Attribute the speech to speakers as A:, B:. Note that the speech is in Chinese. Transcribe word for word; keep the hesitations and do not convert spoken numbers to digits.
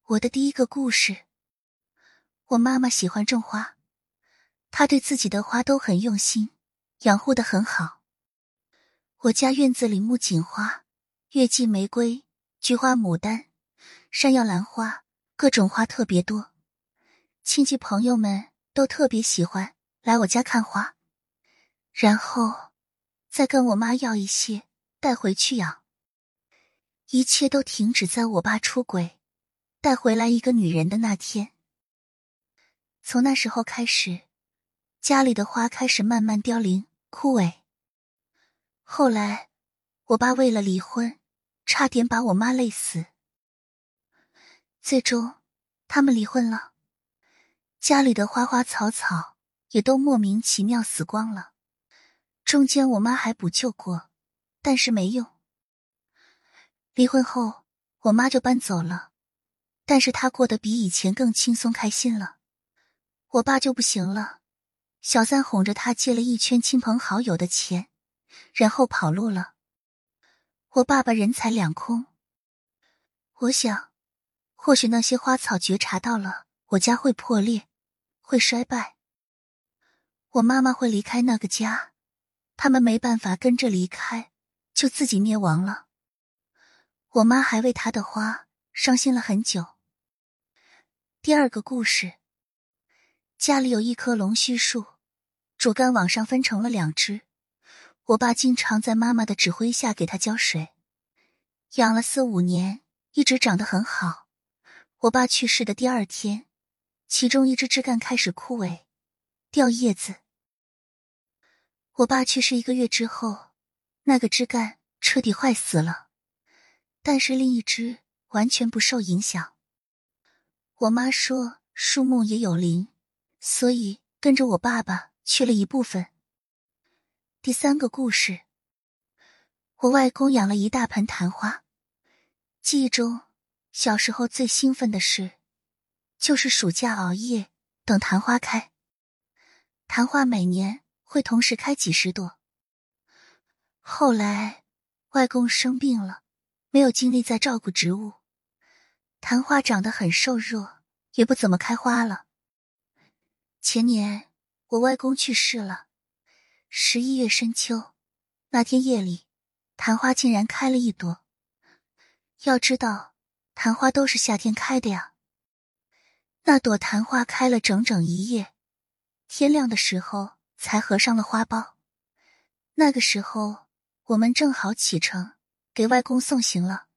A: 我的第一个故事。我妈妈喜欢种花，她对自己的花都很用心，养护得很好。我家院子里木槿花、月季玫瑰、菊花牡丹、山药兰花，各种花特别多。亲戚朋友们都特别喜欢来我家看花，然后再跟我妈要一些带回去养。一切都停止在我爸出轨带回来一个女人的那天。从那时候开始，家里的花开始慢慢凋零枯萎。后来我爸为了离婚，差点把我妈累死。最终他们离婚了，家里的花花草草也都莫名其妙死光了。中间我妈还补救过，但是没用。离婚后我妈就搬走了，但是她过得比以前更轻松开心了。我爸就不行了，小三哄着他借了一圈亲朋好友的钱，然后跑路了。我爸爸人财两空。我想，或许那些花草觉察到了我家会破裂，会衰败。我妈妈会离开那个家，他们没办法跟着离开，就自己灭亡了。我妈还为她的花伤心了很久。第二个故事。家里有一棵龙须树，主干往上分成了两枝。我爸经常在妈妈的指挥下给它浇水，养了四五年，一直长得很好。我爸去世的第二天，其中一枝枝干开始枯萎，掉叶子。我爸去世一个月之后，那个枝干彻底坏死了，但是另一枝完全不受影响。我妈说树木也有灵，所以跟着我爸爸去了一部分。第三个故事。我外公养了一大盆昙花。记忆中，小时候最兴奋的事，就是暑假熬夜等昙花开。昙花每年会同时开几十朵。后来，外公生病了，没有精力再照顾植物，昙花长得很瘦弱，也不怎么开花了。前年，我外公去世了。十一月深秋，那天夜里，昙花竟然开了一朵。要知道，昙花都是夏天开的呀。那朵昙花开了整整一夜，天亮的时候才合上了花苞。那个时候，我们正好启程，给外公送行了。